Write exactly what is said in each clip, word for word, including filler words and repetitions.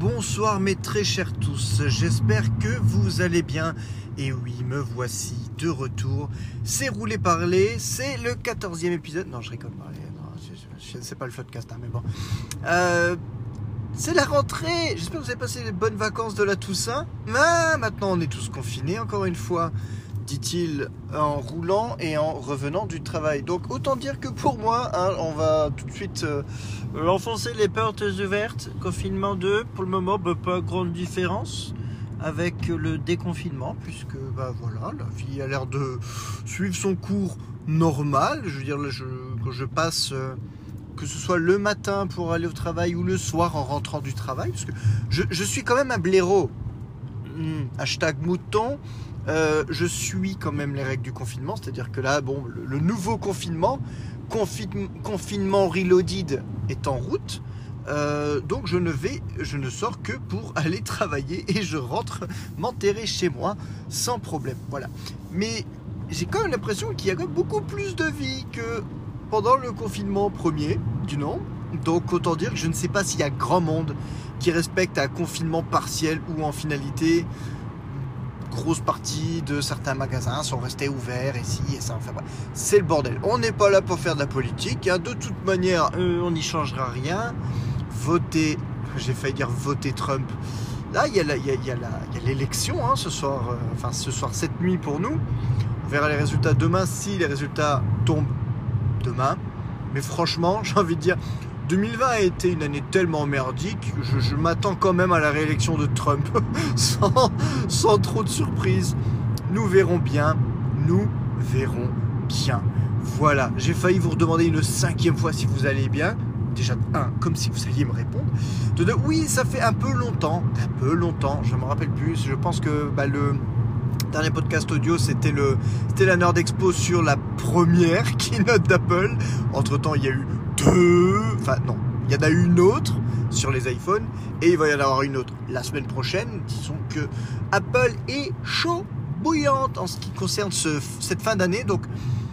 Bonsoir mes très chers tous, j'espère que vous allez bien. Et oui, me voici de retour. C'est Roulé Parler, c'est le quatorzième épisode. Non, je rigole pas, c'est pas le podcast, hein, mais bon. Euh, c'est la rentrée, j'espère que vous avez passé les bonnes vacances de la Toussaint. Mais maintenant on est tous confinés, encore une fois, dit-il en roulant et en revenant du travail. Donc autant dire que pour moi, hein, on va tout de suite euh, enfoncer les portes ouvertes. Confinement deux, pour le moment, bah, pas grande différence avec le déconfinement, puisque bah, voilà, la vie a l'air de suivre son cours normal. Je veux dire, là, je, quand je passe, euh, que ce soit le matin pour aller au travail ou le soir en rentrant du travail, parce que je, je suis quand même un blaireau. Mmh, hashtag mouton. Euh, je suis quand même les règles du confinement, c'est-à-dire que là, bon, le, le nouveau confinement, confi- confinement reloaded est en route, euh, donc je ne vais, je ne sors que pour aller travailler et je rentre m'enterrer chez moi sans problème. Voilà. Mais j'ai quand même l'impression qu'il y a quand même beaucoup plus de vie que pendant le confinement premier du nom. Donc autant dire que je ne sais pas s'il y a grand monde qui respecte un confinement partiel ou en finalité grosse partie de certains magasins sont restés ouverts et ci et ça, enfin bref, c'est le bordel. On n'est pas là pour faire de la politique, hein. De toute manière, euh, on n'y changera rien. Voter, j'ai failli dire voter Trump. Là, il y a la, il y a, il y a la, il y a l'élection, hein, ce soir, euh, enfin ce soir, cette nuit pour nous. On verra les résultats demain si les résultats tombent demain. Mais franchement, j'ai envie de dire, deux mille vingt a été une année tellement merdique, je, je m'attends quand même à la réélection de Trump, sans, sans trop de surprise. Nous verrons bien, nous verrons bien. Voilà, j'ai failli vous redemander une cinquième fois si vous allez bien. Déjà, un, comme si vous alliez me répondre. De deux, oui, ça fait un peu longtemps, un peu longtemps, je me rappelle plus. Je pense que bah, le dernier podcast audio, c'était, le, c'était la Nerd Expo sur la première keynote d'Apple. Entre-temps, il y a eu deux, enfin non, il y en a une autre sur les iPhones et il va y en avoir une autre la semaine prochaine. Disons que Apple est chaud bouillante en ce qui concerne ce, cette fin d'année, donc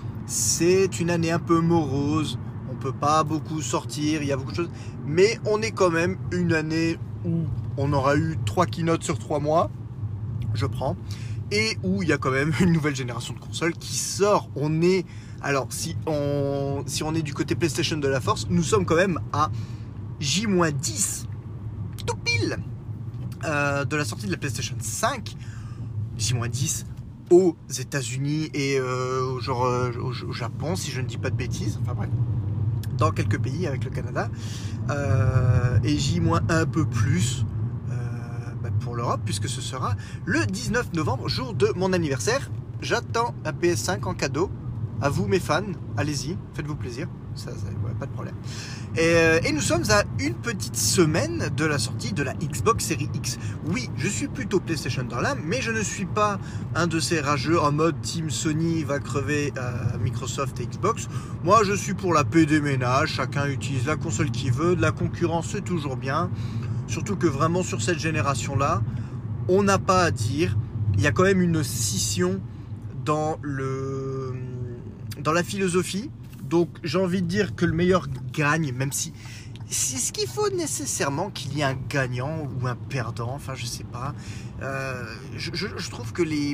c'est une année un peu morose, on peut pas beaucoup sortir, il y a beaucoup de choses, mais on est quand même une année où on aura eu trois keynotes sur trois mois, je prends, et où il y a quand même une nouvelle génération de consoles qui sort. On est Alors, si on, si on est du côté PlayStation de la force, nous sommes quand même à J dix, tout pile, euh, de la sortie de la PlayStation cinq. J dix aux États-Unis et euh, genre, euh, au, au Japon, si je ne dis pas de bêtises. Enfin bref, dans quelques pays avec le Canada. Euh, et J un peu plus euh, bah, pour l'Europe, puisque ce sera le dix-neuf novembre, jour de mon anniversaire. J'attends la P S cinq en cadeau. À vous mes fans, allez-y, faites-vous plaisir, ça, ça ouais, pas de problème. Et, euh, et nous sommes à une petite semaine de la sortie de la Xbox Series X. Oui, je suis plutôt PlayStation dans l'âme, mais je ne suis pas un de ces rageux en mode Team Sony va crever euh, Microsoft et Xbox. Moi, je suis pour la paix des ménages, chacun utilise la console qu'il veut, de la concurrence c'est toujours bien. Surtout que vraiment sur cette génération-là, on n'a pas à dire, il y a quand même une scission dans le... dans la philosophie, donc j'ai envie de dire que le meilleur gagne, même si c'est ce qu'il faut nécessairement qu'il y ait un gagnant ou un perdant, enfin je sais pas. Euh, je, je, je trouve que les,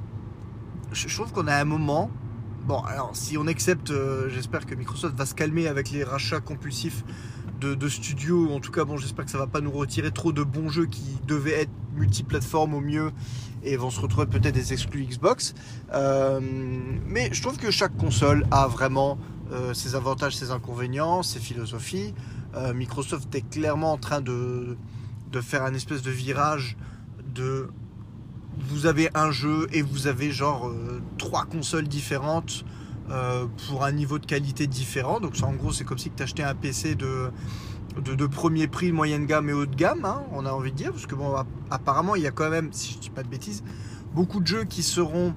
je, je trouve qu'on a un moment. Bon, alors si on accepte, euh, j'espère que Microsoft va se calmer avec les rachats compulsifs de, de studios. En tout cas, bon, j'espère que ça va pas nous retirer trop de bons jeux qui devaient être multiplateformes au mieux et vont se retrouver peut-être des exclus Xbox. Euh, mais je trouve que chaque console a vraiment euh, ses avantages, ses inconvénients, ses philosophies. Euh, Microsoft est clairement en train de, de faire un espèce de virage de... Vous avez un jeu et vous avez genre euh, trois consoles différentes euh, pour un niveau de qualité différent. Donc ça, en gros, c'est comme si tu achetais un P C de... De, de premier prix, moyenne gamme et haut de gamme, hein, on a envie de dire, parce que bon, apparemment il y a quand même, si je dis pas de bêtises, beaucoup de jeux qui seront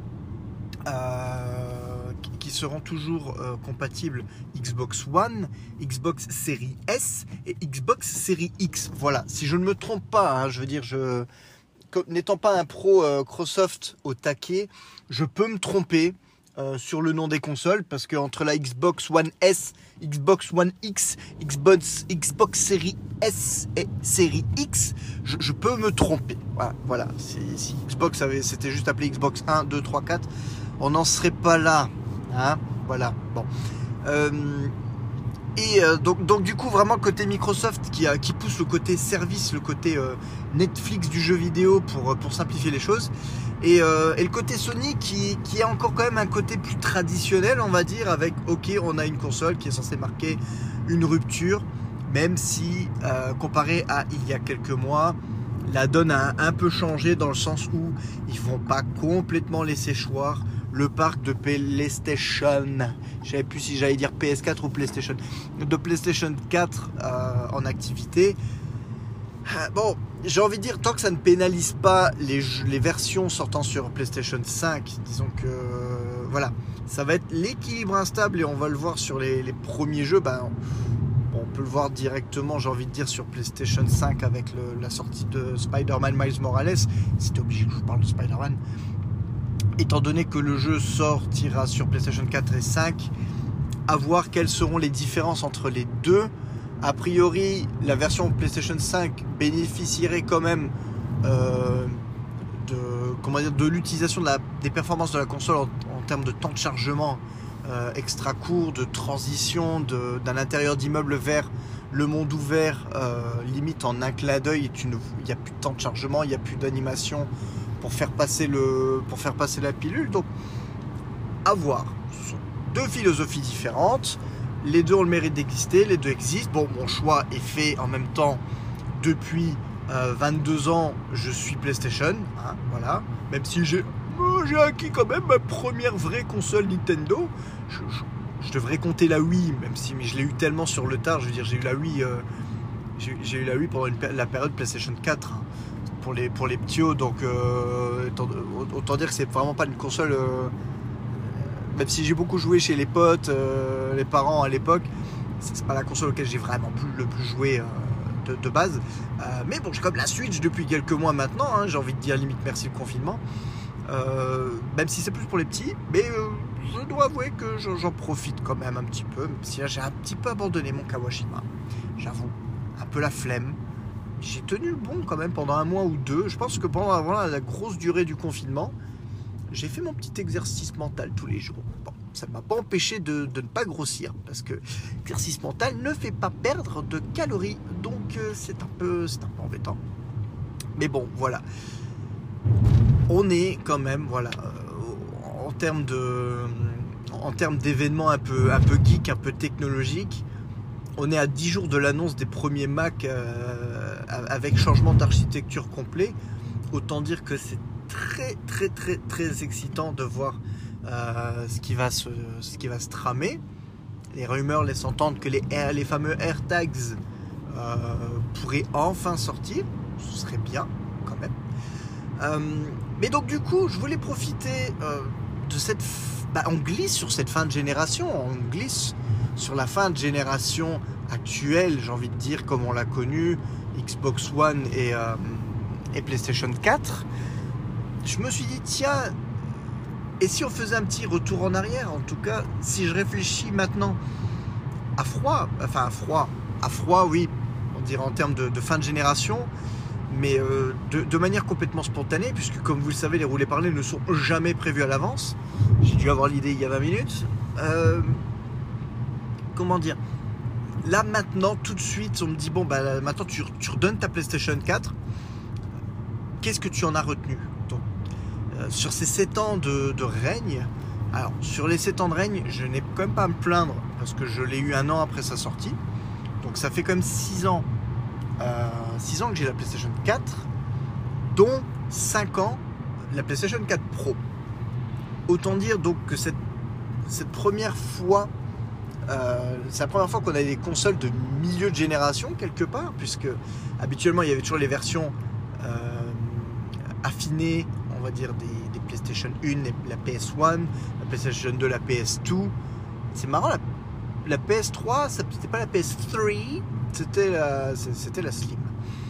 euh, qui, qui seront toujours euh, compatibles Xbox One, Xbox Series S et Xbox Series X. Voilà, si je ne me trompe pas, hein, je veux dire, je n'étant pas un pro euh, Microsoft au taquet, je peux me tromper. euh, sur le nom des consoles, parce qu'entre la Xbox One S, Xbox One X, Xbox, Xbox Series S et Series X, je, je peux me tromper. Voilà, voilà. Si, si Xbox avait, c'était juste appelé Xbox un, deux, trois, quatre, on n'en serait pas là. Hein, voilà, bon. Euh, et euh, donc, donc du coup, vraiment côté Microsoft qui, a, qui pousse le côté service, le côté euh, Netflix du jeu vidéo pour, pour simplifier les choses. Et, euh, et le côté Sony qui, qui a encore quand même un côté plus traditionnel, on va dire, avec ok, on a une console qui est censée marquer une rupture, même si euh, comparé à il y a quelques mois, la donne a un peu changé dans le sens où ils vont pas complètement laisser choir le parc de PlayStation. Je savais plus si j'allais dire P S quatre ou PlayStation. De PlayStation quatre euh, en activité. Bon, j'ai envie de dire, tant que ça ne pénalise pas les, les versions sortant sur PlayStation cinq, disons que euh, voilà, ça va être l'équilibre instable et on va le voir sur les, les premiers jeux. Ben, on, on peut le voir directement, j'ai envie de dire, sur PlayStation cinq avec le, la sortie de Spider-Man Miles Morales. C'était obligé que je vous parle de Spider-Man. Étant donné que le jeu sortira sur PlayStation quatre et cinq, à voir quelles seront les différences entre les deux. A priori, la version PlayStation cinq bénéficierait quand même euh, de, comment dire, de l'utilisation de la, des performances de la console en, en termes de temps de chargement euh, extra court, de transition de, d'un intérieur d'immeuble vers le monde ouvert, euh, limite en un clin d'œil. Il n'y a plus de temps de chargement, il n'y a plus d'animation pour faire passer le, pour faire passer la pilule. Donc, à voir. Ce sont deux philosophies différentes. Les deux ont le mérite d'exister, les deux existent. Bon, mon choix est fait en même temps depuis euh, vingt-deux ans, je suis PlayStation, hein, voilà. Même si j'ai, euh, j'ai acquis quand même ma première vraie console Nintendo. Je, je, je devrais compter la Wii, même si mais je l'ai eu tellement sur le tard. Je veux dire, j'ai eu la Wii, euh, j'ai, j'ai eu la Wii pendant une, la période PlayStation quatre hein, pour les pour les ptios. Donc euh, autant, autant dire que c'est vraiment pas une console. Euh, Même si j'ai beaucoup joué chez les potes, euh, les parents à l'époque, c'est pas la console auquel j'ai vraiment plus, le plus joué euh, de, de base. Euh, mais bon, j'ai comme la Switch depuis quelques mois maintenant, hein, j'ai envie de dire limite merci le confinement. Euh, même si c'est plus pour les petits, mais euh, je dois avouer que j'en profite quand même un petit peu, même si là j'ai un petit peu abandonné mon Kawashima. J'avoue, un peu la flemme. J'ai tenu le bon quand même pendant un mois ou deux. Je pense que pendant voilà, la grosse durée du confinement, j'ai fait mon petit exercice mental tous les jours. Bon, ça ne m'a pas empêché de, de ne pas grossir, parce que l'exercice mental ne fait pas perdre de calories, donc euh, c'est un peu, c'est un peu embêtant. Mais bon, voilà. On est quand même, voilà, euh, en termes de, en termes d'événements un peu, un peu geek, un peu technologique, on est à dix jours de l'annonce des premiers Mac euh, avec changement d'architecture complet. Autant dire que c'est très très très très excitant de voir euh, ce qui va se ce qui va se tramer. Les rumeurs laissent entendre que les les fameux AirTags euh, pourraient enfin sortir. Ce serait bien quand même. Euh, mais donc du coup, je voulais profiter euh, de cette. F... Bah, on glisse sur cette fin de génération. On glisse sur la fin de génération actuelle. J'ai envie de dire comme on l'a connu, Xbox One et euh, et PlayStation quatre. Je me suis dit, tiens, et si on faisait un petit retour en arrière? En tout cas, si je réfléchis maintenant à froid, enfin à froid, à froid, oui, on dirait en termes de, de fin de génération, mais euh, de, de manière complètement spontanée, puisque comme vous le savez, les roulés parlés ne sont jamais prévus à l'avance. J'ai dû avoir l'idée il y a vingt minutes. Euh, comment dire? Là, maintenant, tout de suite, on me dit, bon, bah, là, maintenant, tu, tu redonnes ta PlayStation quatre. Qu'est-ce que tu en as retenu? Donc, euh, sur ces sept ans de, de règne, alors sur les sept ans de règne, je n'ai quand même pas à me plaindre parce que je l'ai eu un an après sa sortie. Donc ça fait quand même six ans, euh, six ans que j'ai la PlayStation quatre, dont cinq ans la PlayStation quatre Pro. Autant dire donc que cette, cette première fois, euh, c'est la première fois qu'on a des consoles de milieu de génération quelque part, puisque habituellement il y avait toujours les versions euh, affinées, on va dire des, des PlayStation un, la P S un, la PlayStation deux, la P S deux. C'est marrant, la, la P S trois, c'était pas la P S trois, c'était la, c'était la Slim.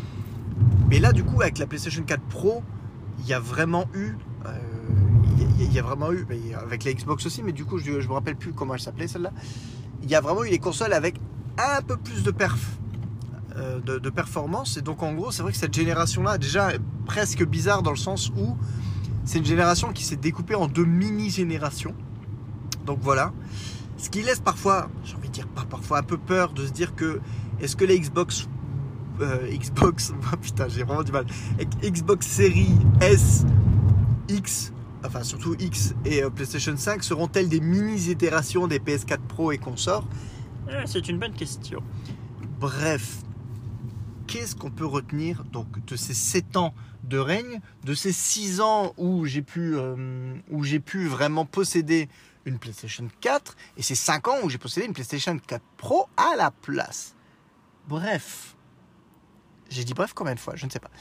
Mais là, du coup, avec la PlayStation quatre Pro, il y a vraiment eu, euh, il, y a, y a vraiment eu, avec la Xbox aussi, mais du coup, je ne me rappelle plus comment elle s'appelait celle-là. Il y a vraiment eu les consoles avec un peu plus de perf, euh, de, de performance. Et donc, en gros, c'est vrai que cette génération-là, déjà, est presque bizarre dans le sens où c'est une génération qui s'est découpée en deux mini-générations. Donc voilà. Ce qui laisse parfois, j'ai envie de dire pas parfois, un peu peur de se dire que est-ce que les Xbox, euh, Xbox, oh putain, j'ai vraiment du mal, Xbox Series S, X, enfin surtout X et euh, PlayStation cinq seront-elles des mini-itérations des P S quatre Pro et consorts? euh, C'est une bonne question. Bref, qu'est-ce qu'on peut retenir donc de ces sept ans de règne, de ces six ans où j'ai pu, euh, où j'ai pu vraiment posséder une PlayStation quatre et ces cinq ans où j'ai possédé une PlayStation quatre Pro à la place. Bref, j'ai dit bref combien de fois, je ne sais pas.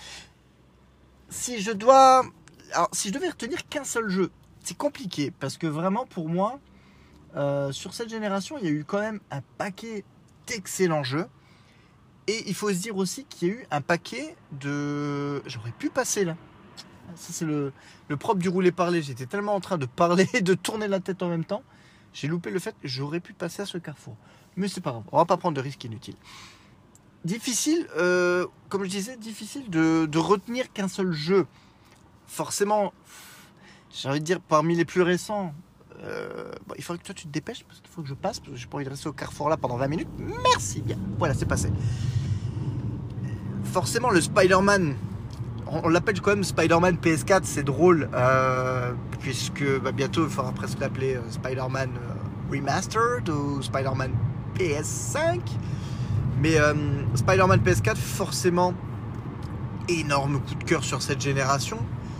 Si je dois, alors si je devais retenir qu'un seul jeu, c'est compliqué parce que vraiment pour moi, euh, sur cette génération, il y a eu quand même un paquet d'excellents jeux. Et il faut se dire aussi qu'il y a eu un paquet de... J'aurais pu passer là. Ça, c'est le, le propre du rouler-parler. J'étais tellement en train de parler et de tourner la tête en même temps. J'ai loupé le fait que j'aurais pu passer à ce carrefour. Mais c'est pas grave. On va pas prendre de risques inutiles. Difficile, euh, comme je disais, difficile de, de retenir qu'un seul jeu. Forcément, j'ai envie de dire parmi les plus récents. Euh, bon, il faudrait que toi tu te dépêches parce qu'il faut que je passe. Parce que j'ai pas envie de rester au carrefour là pendant vingt minutes. Merci bien. Voilà, c'est passé. Forcément, le Spider-Man... On l'appelle quand même Spider-Man P S quatre, c'est drôle, euh, puisque bah, bientôt il faudra presque l'appeler euh, Spider-Man euh, Remastered ou Spider-Man P S cinq. Mais euh, Spider-Man P S quatre, forcément, énorme coup de cœur sur cette génération,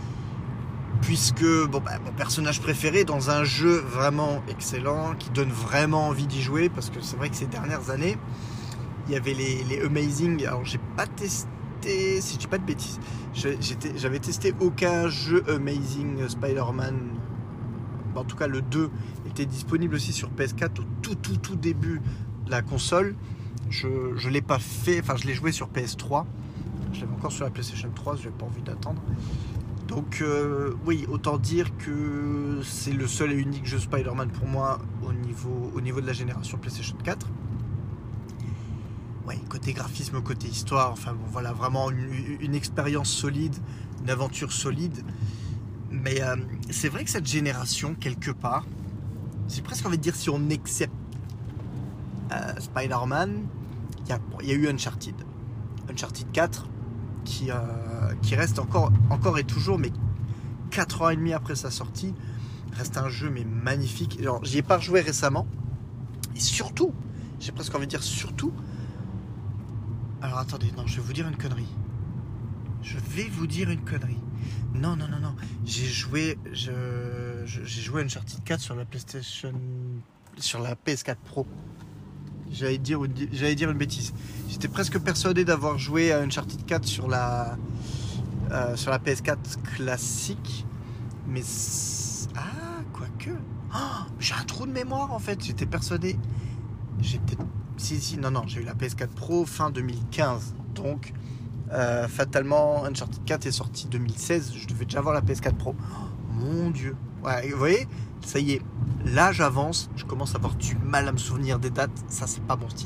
puisque bon, bah, mon personnage préféré dans un jeu vraiment excellent, qui donne vraiment envie d'y jouer, parce que c'est vrai que ces dernières années, il y avait les, les Amazing, alors j'ai pas testé, si je dis pas de bêtises, j'avais testé aucun jeu Amazing Spider-Man. En tout cas, le deux était disponible aussi sur P S quatre au tout tout tout début de la console. Je ne l'ai pas fait, enfin je l'ai joué sur P S trois. Je l'avais encore sur la PlayStation trois, je n'avais pas envie d'attendre. Donc euh, oui, autant dire que c'est le seul et unique jeu Spider-Man pour moi au niveau, au niveau de la génération PlayStation quatre. Ouais, côté graphisme, côté histoire, enfin bon, voilà, vraiment une, une expérience solide, une aventure solide. Mais euh, c'est vrai que cette génération, quelque part, j'ai presque envie de dire si on accepte euh, Spider-Man, il y a, bon, y a eu Uncharted. Uncharted quatre, qui, euh, qui reste encore, encore et toujours, mais quatre ans et demi après sa sortie, reste un jeu mais magnifique. Alors, j'y ai pas rejoué récemment, et surtout, j'ai presque envie de dire surtout, alors attendez, non, je vais vous dire une connerie. Je vais vous dire une connerie. Non, non, non, non. J'ai joué, je, je, j'ai joué Uncharted quatre sur la PlayStation, sur la P S quatre Pro. J'allais dire, j'allais dire une bêtise. J'étais presque persuadé d'avoir joué à Uncharted quatre sur la, euh, sur la P S quatre classique. Mais ah, quoique. Oh, j'ai un trou de mémoire en fait. J'étais persuadé. J'étais Si, si, non, non, j'ai eu la P S quatre Pro fin deux mille quinze. Donc, euh, fatalement, Uncharted quatre est sorti deux mille seize. Je devais déjà avoir la P S quatre Pro. Oh, mon Dieu. Ouais, vous voyez, ça y est. Là, j'avance. Je commence à avoir du mal à me souvenir des dates. Ça, c'est pas mon style.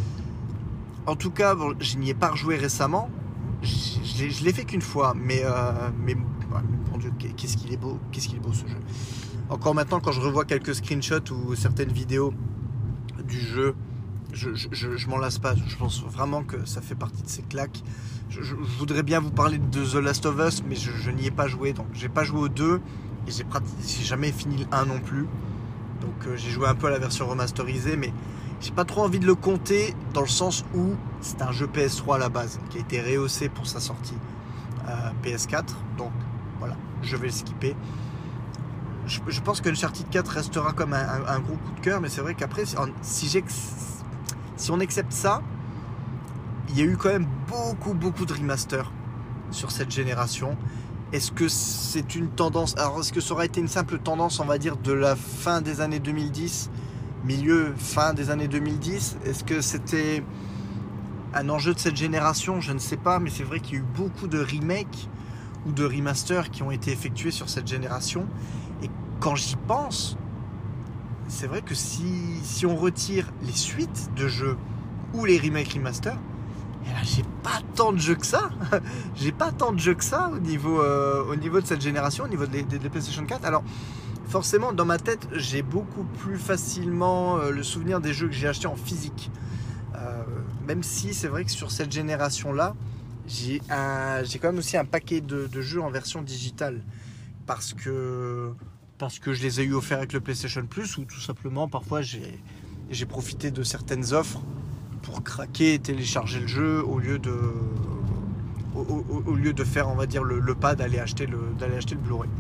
En tout cas, bon, je n'y ai pas rejoué récemment. Je, je, je l'ai fait qu'une fois. Mais, euh, mais mon Dieu, qu'est-ce qu'il est beau. Qu'est-ce qu'il est beau, ce jeu. Encore maintenant, quand je revois quelques screenshots ou certaines vidéos du jeu, je, je, je, je m'en lasse pas. Je pense vraiment que ça fait partie de ces claques. Je, je, je voudrais bien vous parler de The Last of Us, mais je, je n'y ai pas joué. Donc j'ai pas joué au deux et j'ai, j'ai jamais fini le un non plus. Donc euh, j'ai joué un peu à la version remasterisée, mais j'ai pas trop envie de le compter dans le sens où c'est un jeu P S trois à la base qui a été rehaussé pour sa sortie euh, P S quatre. Donc voilà, je vais le skipper. Je, je pense que Uncharted quatre restera comme un, un, un gros coup de cœur, mais c'est vrai qu'après, si, j'ai, si on accepte ça, il y a eu quand même beaucoup, beaucoup de remasters sur cette génération. Est-ce que c'est une tendance... Alors, est-ce que ça aurait été une simple tendance, on va dire, de la fin des années deux mille dix, milieu, fin des années deux mille dix? Est-ce que c'était un enjeu de cette génération? Je ne sais pas, mais c'est vrai qu'il y a eu beaucoup de remakes ou de remasters qui ont été effectués sur cette génération. Et quand j'y pense, c'est vrai que si, si on retire les suites de jeux ou les remakes remaster, eh ben, j'ai pas tant de jeux que ça. J'ai pas tant de jeux que ça au niveau, euh, au niveau de cette génération, au niveau des de, de PlayStation quatre. Alors, forcément, dans ma tête, j'ai beaucoup plus facilement euh, le souvenir des jeux que j'ai achetés en physique. Euh, même si c'est vrai que sur cette génération-là, j'ai, un, j'ai quand même aussi un paquet de, de jeux en version digitale. Parce que, parce que je les ai eu offerts avec le PlayStation Plus, ou tout simplement, parfois, j'ai, j'ai profité de certaines offres pour craquer et télécharger le jeu au lieu de, au, au, au lieu de faire, on va dire, le, le pas d'aller acheter le, d'aller acheter le Blu-ray.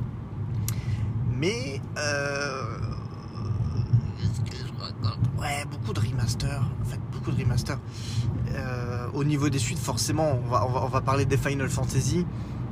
Mais euh, ouais, beaucoup de remasters, en fait, beaucoup de remasters. Euh, au niveau des suites, forcément, on va, on va, on va parler des Final Fantasy.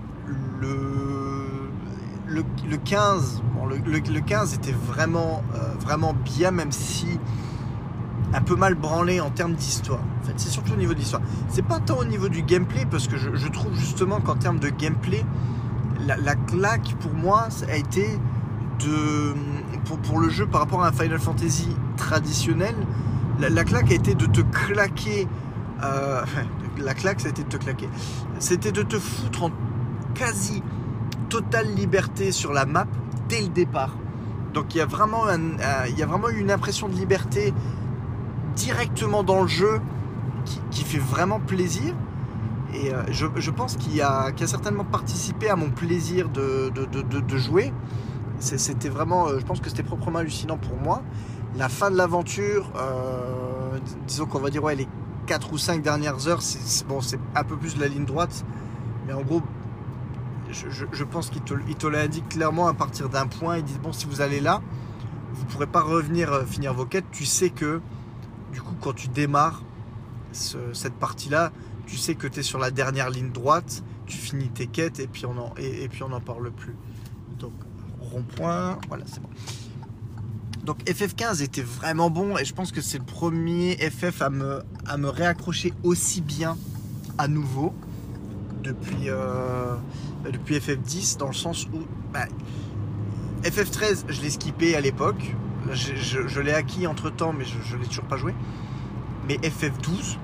Le, le, le quinze, bon, le, le, le quinze était vraiment, euh, vraiment bien, même si un peu mal branlé en termes d'histoire. En fait, c'est surtout au niveau de l'histoire. C'est pas tant au niveau du gameplay, parce que je, je trouve justement qu'en termes de gameplay, la, la claque pour moi, ça a été de, pour, pour le jeu par rapport à un Final Fantasy traditionnel, la, la claque a été de te claquer. Euh, la claque, ça a été de te claquer. C'était de te foutre en quasi totale liberté sur la map dès le départ. Donc il y a vraiment, un, euh, il y a vraiment une impression de liberté directement dans le jeu qui, qui fait vraiment plaisir. Et euh, je, je pense qu'il y a, qu'il y a certainement participé à mon plaisir de, de, de, de, de jouer. C'était vraiment, je pense que c'était proprement hallucinant pour moi. La fin de l'aventure, euh, disons qu'on va dire ouais, les quatre ou cinq dernières heures, c'est bon, c'est un peu plus de la ligne droite, mais en gros, je, je, je pense qu'il te, il te l'indique clairement à partir d'un point. Ils disent bon, si vous allez là, vous ne pourrez pas revenir euh, finir vos quêtes. Tu sais que du coup, quand tu démarres ce, cette partie-là, tu sais que tu es sur la dernière ligne droite, tu finis tes quêtes et puis on en, et, et puis on n'en parle plus. Donc rond-point, voilà, c'est bon. Donc F F quinze était vraiment bon et je pense que c'est le premier F F à me, à me réaccrocher aussi bien à nouveau depuis, euh, depuis F F dix, dans le sens où bah, F F treize, je l'ai skippé à l'époque, je, je, je l'ai acquis entre temps mais je ne l'ai toujours pas joué. Mais F F douze,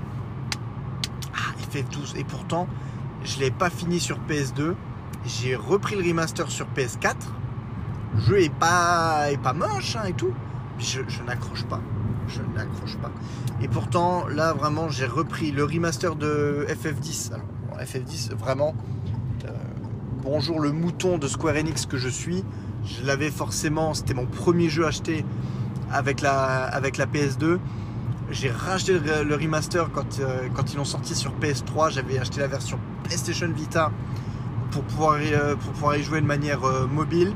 ah, F F douze, et pourtant je ne l'ai pas fini sur P S deux, j'ai repris le remaster sur P S quatre. Le jeu est pas, est pas moche hein, et tout, mais je, je n'accroche pas, je n'accroche pas. Et pourtant, là vraiment, j'ai repris le remaster de F F dix. Alors, bon, F F dix, vraiment, euh, bonjour le mouton de Square Enix que je suis. Je l'avais forcément, c'était mon premier jeu acheté avec la, avec la P S deux. J'ai racheté le, le remaster quand, euh, quand ils l'ont sorti sur P S trois. J'avais acheté la version PlayStation Vita pour pouvoir, euh, pour pouvoir y jouer de manière euh, mobile.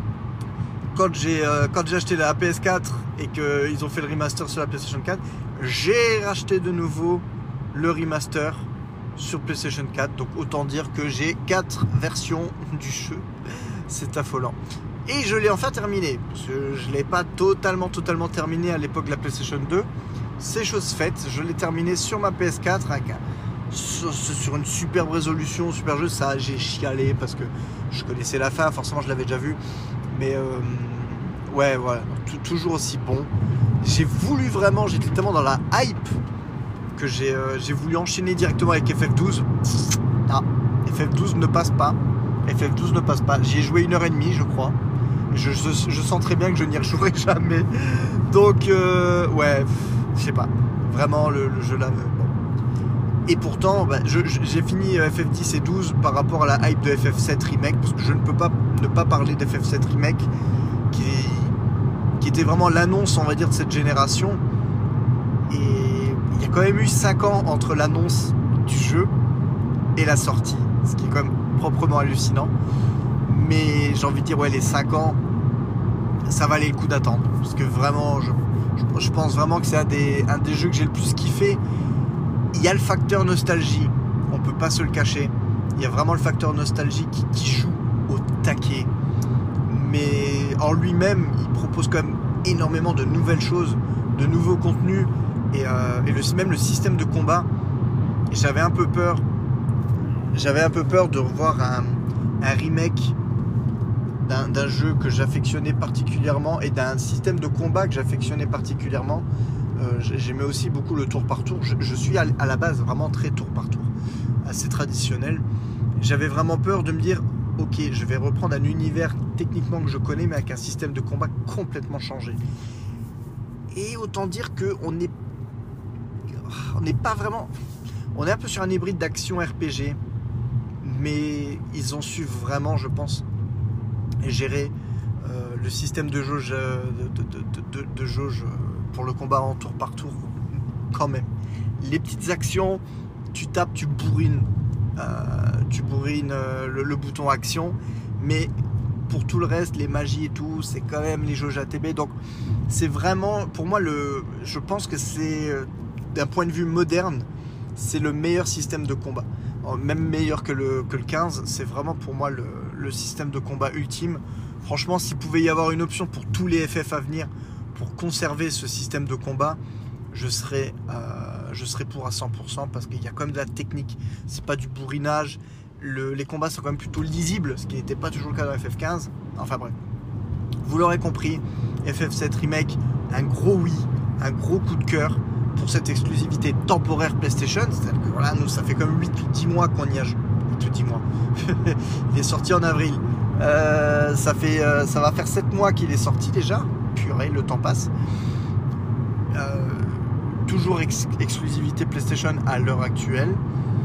Quand j'ai euh, quand j'ai acheté la P S quatre et qu'ils ont fait le remaster sur la PlayStation quatre, j'ai racheté de nouveau le remaster sur PlayStation quatre. Donc autant dire que j'ai quatre versions du jeu. C'est affolant. Et je l'ai enfin terminé. Parce que je ne l'ai pas totalement totalement terminé à l'époque de la PlayStation deux. C'est chose faite. Je l'ai terminé sur ma P S quatre avec un, sur, sur une superbe résolution, super jeu. Ça, j'ai chialé parce que je connaissais la fin. Forcément, je l'avais déjà vu. Mais euh, ouais, voilà, toujours aussi bon. J'ai voulu vraiment, j'étais tellement dans la hype que j'ai euh, j'ai voulu enchaîner directement avec F F douze. Ah, F F douze ne passe pas. F F douze ne passe pas. J'y ai joué une heure et demie, je crois. Je, je, je sens très bien que je n'y rejouerai jamais. Donc, euh, ouais, je sais pas. Vraiment, le, le jeu là. Bon. Et pourtant, bah, je, je, j'ai fini F F dix et douze par rapport à la hype de F F sept Remake, parce que je ne peux pas ne pas parler d'F F sept Remake, qui, qui était vraiment l'annonce, on va dire, de cette génération. Et il y a quand même eu cinq ans entre l'annonce du jeu et la sortie, ce qui est quand même proprement hallucinant. Mais j'ai envie de dire, ouais, les cinq ans, ça valait le coup d'attendre. Parce que vraiment, je, je, je pense vraiment que c'est un des, un des jeux que j'ai le plus kiffé. Il y a le facteur nostalgie, on peut pas se le cacher. Il y a vraiment le facteur nostalgie qui, qui joue au taquet. Mais en lui-même, il propose quand même énormément de nouvelles choses, de nouveaux contenus. Et, euh, et le, même le système de combat. Et j'avais un peu peur. J'avais un peu peur de revoir un, un remake d'un d'un jeu que j'affectionnais particulièrement et d'un système de combat que j'affectionnais particulièrement. Euh, J'aimais aussi beaucoup le tour par tour. Je, je suis à, à la base vraiment très tour par tour, assez traditionnel. J'avais vraiment peur de me dire, ok, je vais reprendre un univers techniquement que je connais, mais avec un système de combat complètement changé. Et autant dire qu'on n'est on n'est pas vraiment... On est un peu sur un hybride d'action R P G, mais ils ont su vraiment, je pense, gérer euh, le système de jauge, de, de, de, de, de jauge pour le combat en tour par tour, quand même. Les petites actions, tu tapes, tu bourrines, euh, tu bourrines euh, le, le bouton action, mais pour tout le reste, les magies et tout, c'est quand même les jauges A T B. Donc, c'est vraiment, pour moi, le, je pense que c'est, d'un point de vue moderne, c'est le meilleur système de combat. Même meilleur que le, que le quinze, c'est vraiment pour moi le, le système de combat ultime. Franchement, s'il pouvait y avoir une option pour tous les F F à venir, pour conserver ce système de combat, je serais, euh, je serais pour à cent pour cent, parce qu'il y a quand même de la technique. C'est pas du bourrinage. Le, les combats sont quand même plutôt lisibles, ce qui n'était pas toujours le cas dans F F quinze. Enfin bref, vous l'aurez compris, F F sept Remake, un gros oui, un gros coup de cœur pour cette exclusivité temporaire PlayStation. C'est-à-dire que voilà, nous, ça fait comme huit ou dix mois qu'on y a joué. huit ou dix mois. Il est sorti en avril. Euh, ça, fait, euh, ça va faire sept mois qu'il est sorti déjà. Purée, le temps passe. Euh, toujours ex exclusivité PlayStation à l'heure actuelle.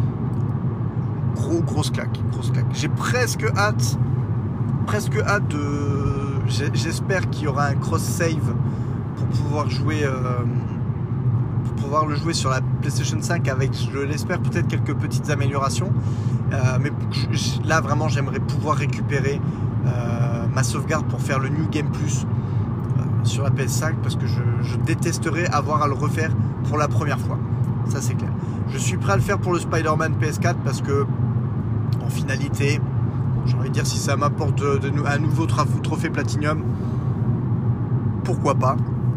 Gros, grosse claque. Grosse claque. J'ai presque hâte, presque hâte de... J'espère qu'il y aura un cross-save pour pouvoir jouer... Euh, pouvoir le jouer sur la PlayStation cinq avec, je l'espère, peut-être quelques petites améliorations. Euh, mais je, là, vraiment, j'aimerais pouvoir récupérer euh, ma sauvegarde pour faire le New Game Plus euh, sur la P S cinq, parce que je, je détesterais avoir à le refaire pour la première fois. Ça, c'est clair. Je suis prêt à le faire pour le Spider-Man P S quatre, parce que, en finalité, j'ai envie de dire, si ça m'apporte de, de, un nouveau trophée Platinum, pourquoi pas.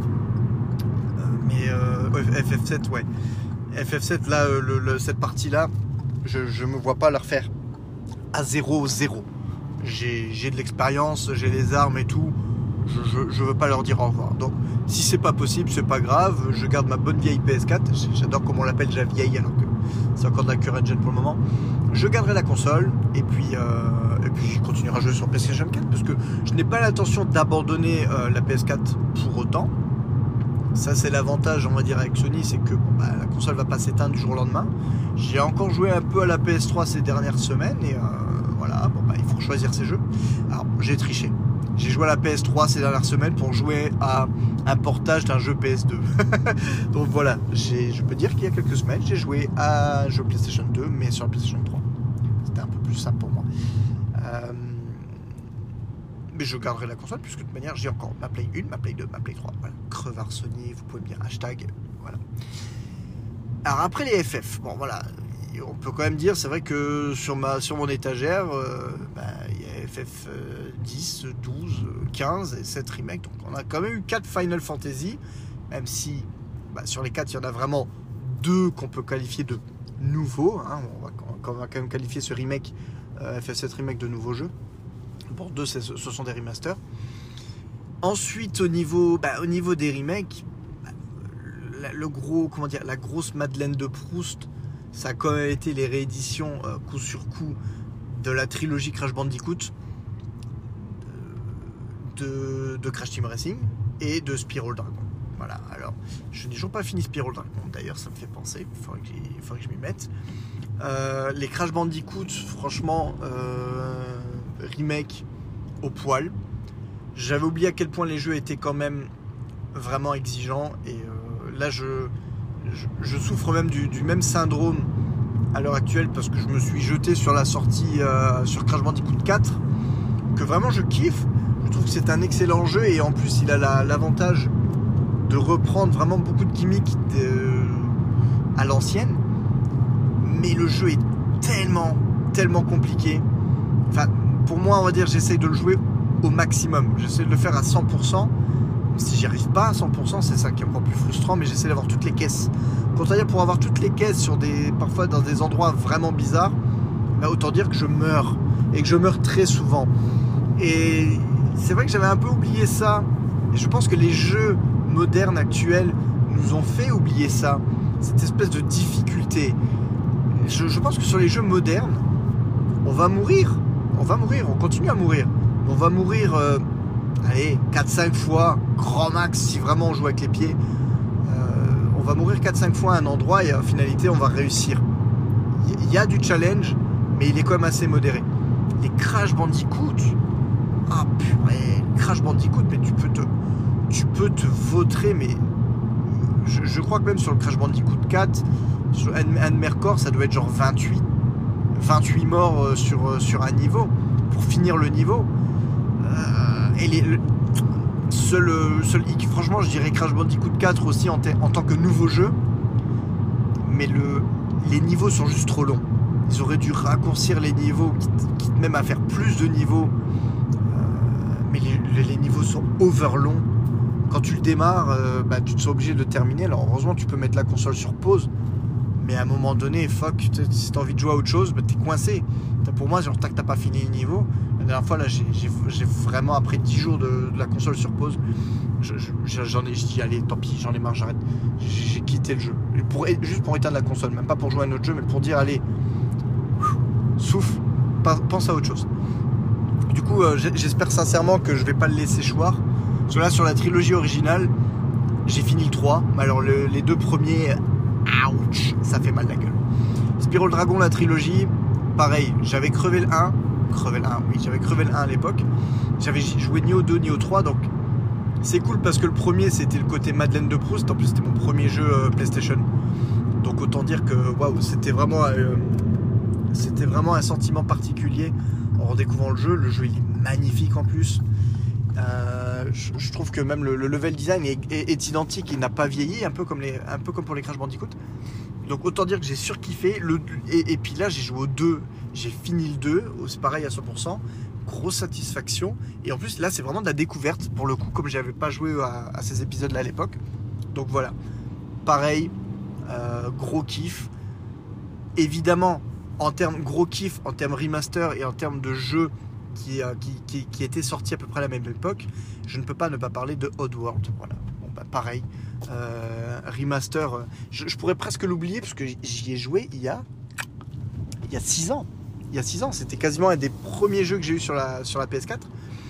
Mais euh, F F sept, ouais. F F sept, là, le, le, cette partie-là, je ne me vois pas la refaire à zéro zéro. J'ai de l'expérience, j'ai les armes et tout. Je ne veux pas leur dire au revoir. Donc, si c'est pas possible, c'est pas grave. Je garde ma bonne vieille P S quatre. J'adore comment on l'appelle déjà vieille, alors que c'est encore de la current gen pour le moment. Je garderai la console et puis, euh, et puis je continuerai à jouer sur PlayStation quatre, parce que je n'ai pas l'intention d'abandonner euh, la P S quatre pour autant. Ça, c'est l'avantage, on va dire, avec Sony, c'est que bah, la console va pas s'éteindre du jour au lendemain. J'ai encore joué un peu à la P S trois ces dernières semaines et euh, voilà, bon, bah, il faut choisir ses jeux. Alors, j'ai triché. J'ai joué à la P S trois ces dernières semaines pour jouer à un portage d'un jeu P S deux. Donc voilà, je peux dire qu'il y a quelques semaines, j'ai joué à un jeu PlayStation deux, mais sur la PlayStation trois. C'était un peu plus simple pour moi. Euh... Mais je garderai la console, puisque de toute manière, j'ai encore ma Play un, ma Play deux, ma Play trois. Voilà, crevard Sony, vous pouvez me dire hashtag. Voilà. Alors après les F F, bon voilà, on peut quand même dire, c'est vrai que sur, ma, sur mon étagère, euh, bah, il y a F F dix, douze, quinze et sept remake. Donc on a quand même eu quatre Final Fantasy, même si bah, sur les quatre, il y en a vraiment deux qu'on peut qualifier de nouveaux. Hein. On, va, on va quand même qualifier ce remake, euh, F F sept remake, de nouveau jeu. Pour deux, ce sont des remasters. Ensuite, au niveau, bah, au niveau des remakes, bah, le gros, comment dire, la grosse Madeleine de Proust, ça a quand même été les rééditions euh, coup sur coup de la trilogie Crash Bandicoot, de, de, de Crash Team Racing et de Spyro le Dragon. Voilà. Alors, je n'ai toujours pas fini Spyro le Dragon. D'ailleurs, ça me fait penser. Il faudrait que, faudrait que je m'y mette. Euh, les Crash Bandicoot, franchement. Euh, remake au poil. J'avais oublié à quel point les jeux étaient quand même vraiment exigeants, et euh, là je, je, je souffre même du, du même syndrome à l'heure actuelle, parce que je me suis jeté sur la sortie euh, sur Crash Bandicoot quatre, que vraiment je kiffe. Je trouve que c'est un excellent jeu, et en plus il a l'avantage la, de reprendre vraiment beaucoup de gimmicks de, à l'ancienne, mais le jeu est tellement tellement compliqué. Enfin, pour moi, on va dire, j'essaye de le jouer au maximum. J'essaie de le faire à cent pour cent. Si j'y arrive pas à cent pour cent, c'est ça qui est encore plus frustrant, mais j'essaie d'avoir toutes les caisses. Quand à dire, pour avoir toutes les caisses sur des, parfois dans des endroits vraiment bizarres, bah, autant dire que je meurs. Et que je meurs très souvent. Et c'est vrai que j'avais un peu oublié ça. Et je pense que les jeux modernes actuels nous ont fait oublier ça, cette espèce de difficulté. Je, je pense que sur les jeux modernes, on va mourir. On va mourir, on continue à mourir. On va mourir, euh, allez, quatre cinq fois, grand max, si vraiment on joue avec les pieds. Euh, on va mourir quatre cinq fois à un endroit et en finalité, on va réussir. Il y a du challenge, mais il est quand même assez modéré. Les Crash Bandicoot, ah purée, Crash Bandicoot, mais tu peux te, tu peux te vautrer, mais je, je crois que même sur le Crash Bandicoot quatre, sur Anne Mercor, ça doit être genre vingt-huit, vingt-huit morts sur, sur un niveau, pour finir le niveau. Euh, et les, le, seul, seul, franchement, je dirais Crash Bandicoot quatre aussi en, te, en tant que nouveau jeu, mais le, les niveaux sont juste trop longs. Ils auraient dû raccourcir les niveaux, quitte, quitte même à faire plus de niveaux. Euh, mais les, les niveaux sont over longs. Quand tu le démarres, euh, bah, tu te sens obligé de terminer. Alors heureusement, tu peux mettre la console sur pause. Mais à un moment donné, fuck, si t'as envie de jouer à autre chose, bah, t'es coincé. Pour moi, genre, tant que t'as pas fini le niveau. La dernière fois, là, j'ai, j'ai, j'ai vraiment, après dix jours de, de la console sur pause, je, je, j'en ai, je dis, allez, tant pis, j'en ai marre, j'arrête. J'ai, j'ai quitté le jeu. Pour, juste pour éteindre la console, même pas pour jouer à un autre jeu, mais pour dire, allez, souffle, pense à autre chose. Du coup, euh, j'espère sincèrement que je vais pas le laisser choir. Parce que là, sur la trilogie originale, j'ai fini le trois. Mais alors, le, les deux premiers, ouch, ça fait mal la gueule. Spyro le Dragon, la trilogie, pareil, j'avais crevé le un. Crevé le un, oui, j'avais crevé le un à l'époque. J'avais joué ni au deux ni au trois, donc c'est cool parce que le premier, c'était le côté Madeleine de Proust. En plus, c'était mon premier jeu euh, PlayStation. Donc, autant dire que, waouh, c'était vraiment... Euh, C'était vraiment un sentiment particulier en redécouvrant le jeu. Le jeu il est magnifique en plus. Euh, je, je trouve que même le, le level design est, est, est identique. Il n'a pas vieilli, un peu comme, les, un peu comme pour les Crash Bandicoot. Donc autant dire que j'ai surkiffé. Le, et, et puis là j'ai joué au deux. J'ai fini le deux. C'est pareil à cent pour cent. Grosse satisfaction. Et en plus là c'est vraiment de la découverte. Pour le coup comme j'avais pas joué à, à ces épisodes là à l'époque. Donc voilà. Pareil. Euh, gros kiff. Évidemment. En termes gros kiff, en termes remaster et en termes de jeux qui, euh, qui, qui, qui étaient sortis à peu près à la même époque, je ne peux pas ne pas parler de Oddworld. Voilà. Bon, bah, pareil, euh, remaster, euh, je, je pourrais presque l'oublier parce que j'y ai joué il y a il y a six ans. Il y a six ans, c'était quasiment un des premiers jeux que j'ai eu sur la, sur la P S quatre.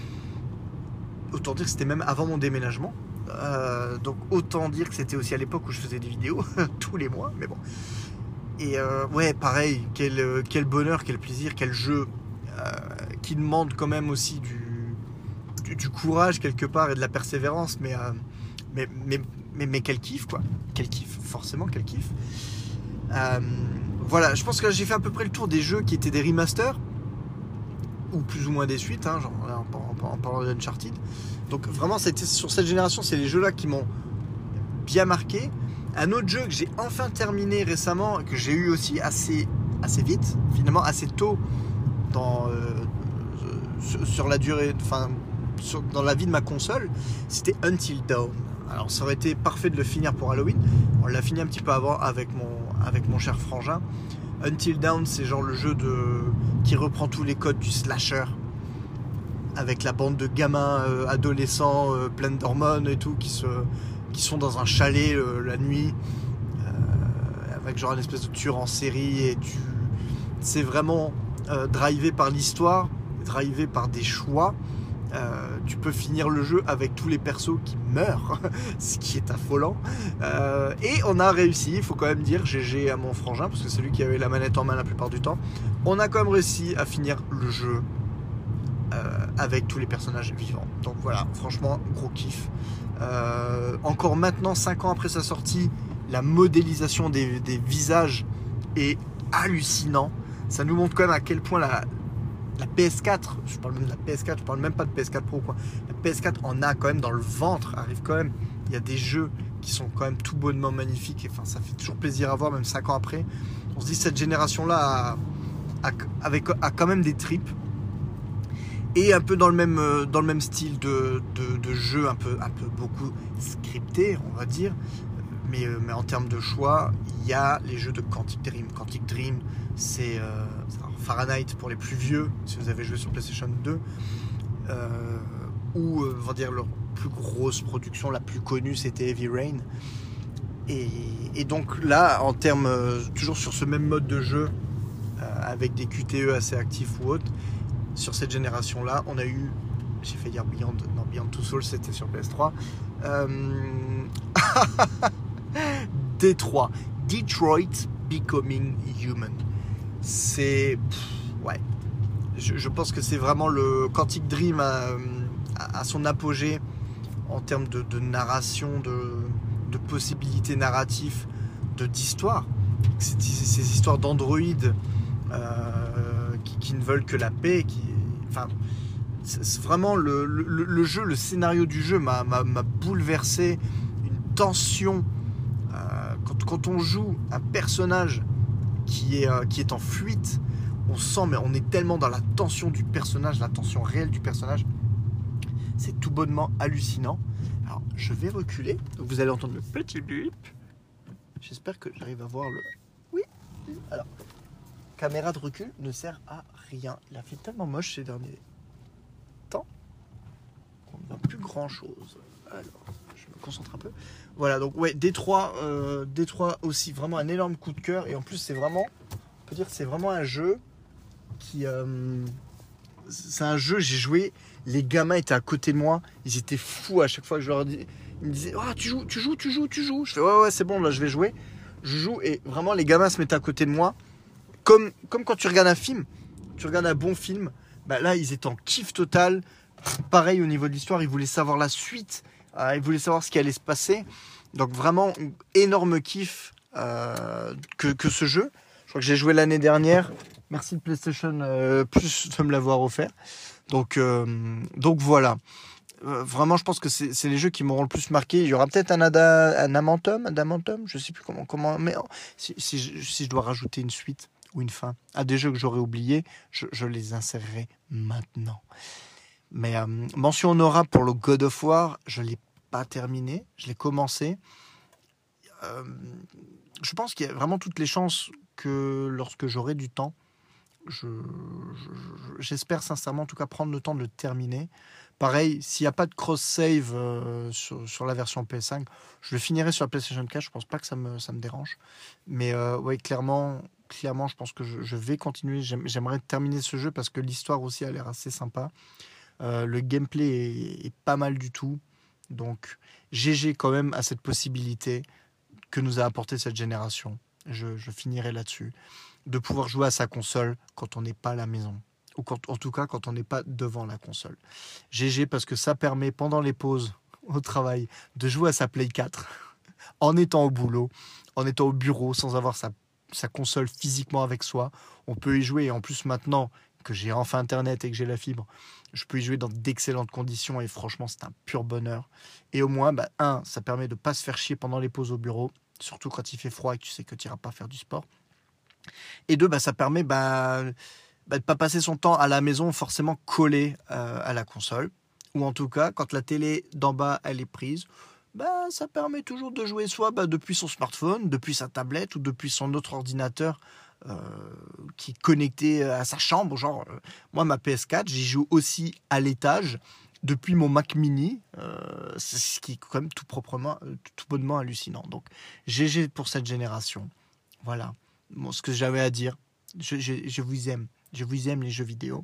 Autant dire que c'était même avant mon déménagement. Euh, donc autant dire que c'était aussi à l'époque où je faisais des vidéos tous les mois, mais bon. Et euh, ouais, pareil, quel, quel bonheur, quel plaisir, quel jeu euh, qui demande quand même aussi du, du, du courage quelque part et de la persévérance, mais, euh, mais, mais, mais, mais quel kiff quoi, quel kiff, forcément quel kiff. Euh, voilà, je pense que j'ai fait à peu près le tour des jeux qui étaient des remasters, ou plus ou moins des suites, hein, genre, en, en, en parlant d'Uncharted. Donc vraiment, c'était, sur cette génération, c'est les jeux-là qui m'ont bien marqué. Un autre jeu que j'ai enfin terminé récemment, que j'ai eu aussi assez, assez vite, finalement assez tôt dans, euh, sur, sur la durée, enfin sur, dans la vie de ma console, c'était Until Dawn. Alors ça aurait été parfait de le finir pour Halloween. On l'a fini un petit peu avant avec mon, avec mon cher frangin. Until Dawn, c'est genre le jeu de, qui reprend tous les codes du slasher, avec la bande de gamins euh, adolescents euh, pleins d'hormones et tout qui se qui sont dans un chalet euh, la nuit euh, avec genre une espèce de tueur en série et tu... c'est vraiment euh, drivé par l'histoire, drivé par des choix. Euh, tu peux finir le jeu avec tous les persos qui meurent, ce qui est affolant. Euh, et on a réussi, il faut quand même dire, G G à mon frangin, parce que c'est lui qui avait la manette en main la plupart du temps. On a quand même réussi à finir le jeu euh, avec tous les personnages vivants. Donc voilà, franchement, gros kiff. Euh, encore maintenant, cinq ans après sa sortie, la modélisation des, des visages est hallucinant. Ça nous montre quand même à quel point la, la P S quatre, je parle même de la P S quatre, je parle même pas de P S quatre Pro quoi. La P S quatre en a quand même dans le ventre, arrive quand même. Il y a des jeux qui sont quand même tout bonnement magnifiques. Et, enfin, ça fait toujours plaisir à voir, même cinq ans après. On se dit cette génération-là a, a, avec, a quand même des tripes. Et un peu dans le même, dans le même style de, de, de jeu, un peu, un peu beaucoup scripté, on va dire. Mais, mais en termes de choix, il y a les jeux de Quantic Dream. Quantic Dream, c'est euh, Fahrenheit pour les plus vieux, si vous avez joué sur PlayStation deux. euh, où, euh, on va dire, leur plus grosse production, la plus connue, c'était Heavy Rain. Et, et donc là, en termes, euh, toujours sur ce même mode de jeu, euh, avec des Q T E assez actifs ou autres, sur cette génération-là, on a eu, j'ai fait dire Beyond, non, Beyond Two Souls, c'était sur P S trois, euh, D trois, Detroit Becoming Human. C'est, pff, ouais, je, je pense que c'est vraiment le Quantic Dream à, à, à son apogée en termes de, de narration, de, de possibilités narratives, de d'histoire. Ces, ces histoires d'androïdes euh, qui, qui ne veulent que la paix, qui, enfin, c'est vraiment le, le, le jeu, le scénario du jeu m'a, m'a, m'a bouleversé. Une tension euh, quand, quand on joue un personnage qui est, euh, qui est en fuite, on sent, mais on est tellement dans la tension du personnage, la tension réelle du personnage. C'est tout bonnement hallucinant. Alors, je vais reculer. Donc, vous allez entendre le petit bip. J'espère que j'arrive à voir le... Oui. Alors, caméra de recul ne sert à rien. Il a fait tellement moche ces derniers temps qu'on ne voit plus grand-chose. Alors, je me concentre un peu. Voilà, donc, ouais, D trois, euh, D trois aussi, vraiment un énorme coup de cœur. Et en plus, c'est vraiment... On peut dire que c'est vraiment un jeu qui... Euh, c'est un jeu, j'ai joué... Les gamins étaient à côté de moi, ils étaient fous à chaque fois que je leur dis. Ils me disaient ah, tu joues, tu joues, tu joues, tu joues. Je fais ouais, ouais, c'est bon, là je vais jouer. Je joue et vraiment les gamins se mettaient à côté de moi. Comme, comme quand tu regardes un film, tu regardes un bon film, bah là ils étaient en kiff total. Pareil au niveau de l'histoire, ils voulaient savoir la suite, euh, ils voulaient savoir ce qui allait se passer. Donc vraiment, énorme kiff euh, que, que ce jeu. Je crois que j'ai joué l'année dernière. Merci de PlayStation euh, Plus de me l'avoir offert. Donc, euh, donc voilà. Euh, vraiment, je pense que c'est, c'est les jeux qui m'auront le plus marqué. Il y aura peut-être un, ada, un Adamantum, Adamantum, je ne sais plus comment. comment mais si, si, je, si je dois rajouter une suite ou une fin à des jeux que j'aurais oubliés, je, je les insérerai maintenant. Mais euh, mention honorable pour le God of War, je ne l'ai pas terminé, je l'ai commencé. Euh, je pense qu'il y a vraiment toutes les chances que lorsque j'aurai du temps, Je, je, j'espère sincèrement en tout cas prendre le temps de le terminer. Pareil, s'il n'y a pas de cross-save euh, sur, sur la version P S cinq, je le finirai sur la PlayStation quatre. Je pense pas que ça me, ça me dérange. Mais euh, ouais, clairement, clairement, je pense que je, je vais continuer. J'aime, j'aimerais terminer ce jeu parce que l'histoire aussi a l'air assez sympa. Euh, le gameplay est, est pas mal du tout. Donc, G G quand même à cette possibilité que nous a apporté cette génération. Je, je finirai là-dessus. De pouvoir jouer à sa console quand on n'est pas à la maison. Ou quand, en tout cas, quand on n'est pas devant la console. G G parce que ça permet, pendant les pauses au travail, de jouer à sa Play quatre en étant au boulot, en étant au bureau, sans avoir sa, sa console physiquement avec soi. On peut y jouer. Et en plus, maintenant que j'ai enfin Internet et que j'ai la fibre, je peux y jouer dans d'excellentes conditions. Et franchement, c'est un pur bonheur. Et au moins, bah, un, ça permet de ne pas se faire chier pendant les pauses au bureau. Surtout quand il fait froid et que tu sais que tu n'iras pas faire du sport. Et deux, bah, ça permet bah, bah, de ne pas passer son temps à la maison forcément collé euh, à la console. Ou en tout cas, quand la télé d'en bas elle est prise, bah, ça permet toujours de jouer soit bah, depuis son smartphone, depuis sa tablette ou depuis son autre ordinateur euh, qui est connecté à sa chambre. Genre, euh, moi, ma P S quatre, j'y joue aussi à l'étage depuis mon Mac Mini, euh, c'est ce qui est quand même tout proprement, tout bonnement hallucinant. Donc, G G pour cette génération. Voilà. Bon, ce que j'avais à dire, je, je, je vous aime, je vous aime les jeux vidéo.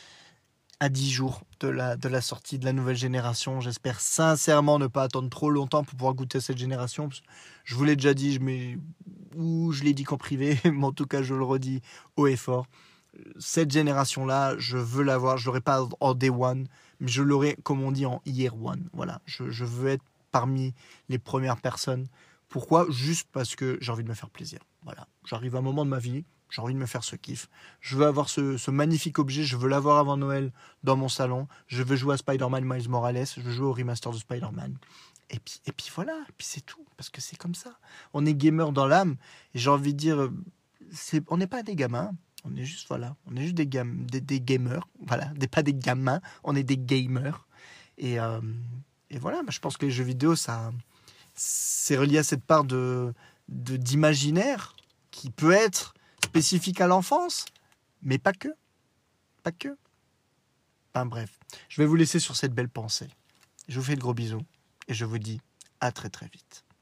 À dix jours de la, de la sortie de la nouvelle génération, j'espère sincèrement ne pas attendre trop longtemps pour pouvoir goûter à cette génération. Je vous l'ai déjà dit, je mets, ou je l'ai dit qu'en privé, mais en tout cas je le redis haut et fort. Cette génération-là, je veux l'avoir, je ne l'aurai pas en day one, mais je l'aurai, comme on dit, en year one. Voilà, je, je veux être parmi les premières personnes. Pourquoi ? Juste parce que j'ai envie de me faire plaisir. Voilà, j'arrive à un moment de ma vie, j'ai envie de me faire ce kiff. Je veux avoir ce, ce magnifique objet, je veux l'avoir avant Noël dans mon salon. Je veux jouer à Spider-Man Miles Morales, je veux jouer au remaster de Spider-Man. Et puis, et puis voilà, et puis c'est tout, parce que c'est comme ça. On est gamer dans l'âme, et j'ai envie de dire, c'est, on n'est pas des gamins, on est juste, voilà, on est juste des, gam, des, des gamers, voilà, des, pas des gamins, on est des gamers. Et, euh, et voilà, je pense que les jeux vidéo, ça, c'est relié à cette part de... De, d'imaginaire qui peut être spécifique à l'enfance, mais pas que. Pas que. Enfin bref, je vais vous laisser sur cette belle pensée. Je vous fais de gros bisous et je vous dis à très très vite.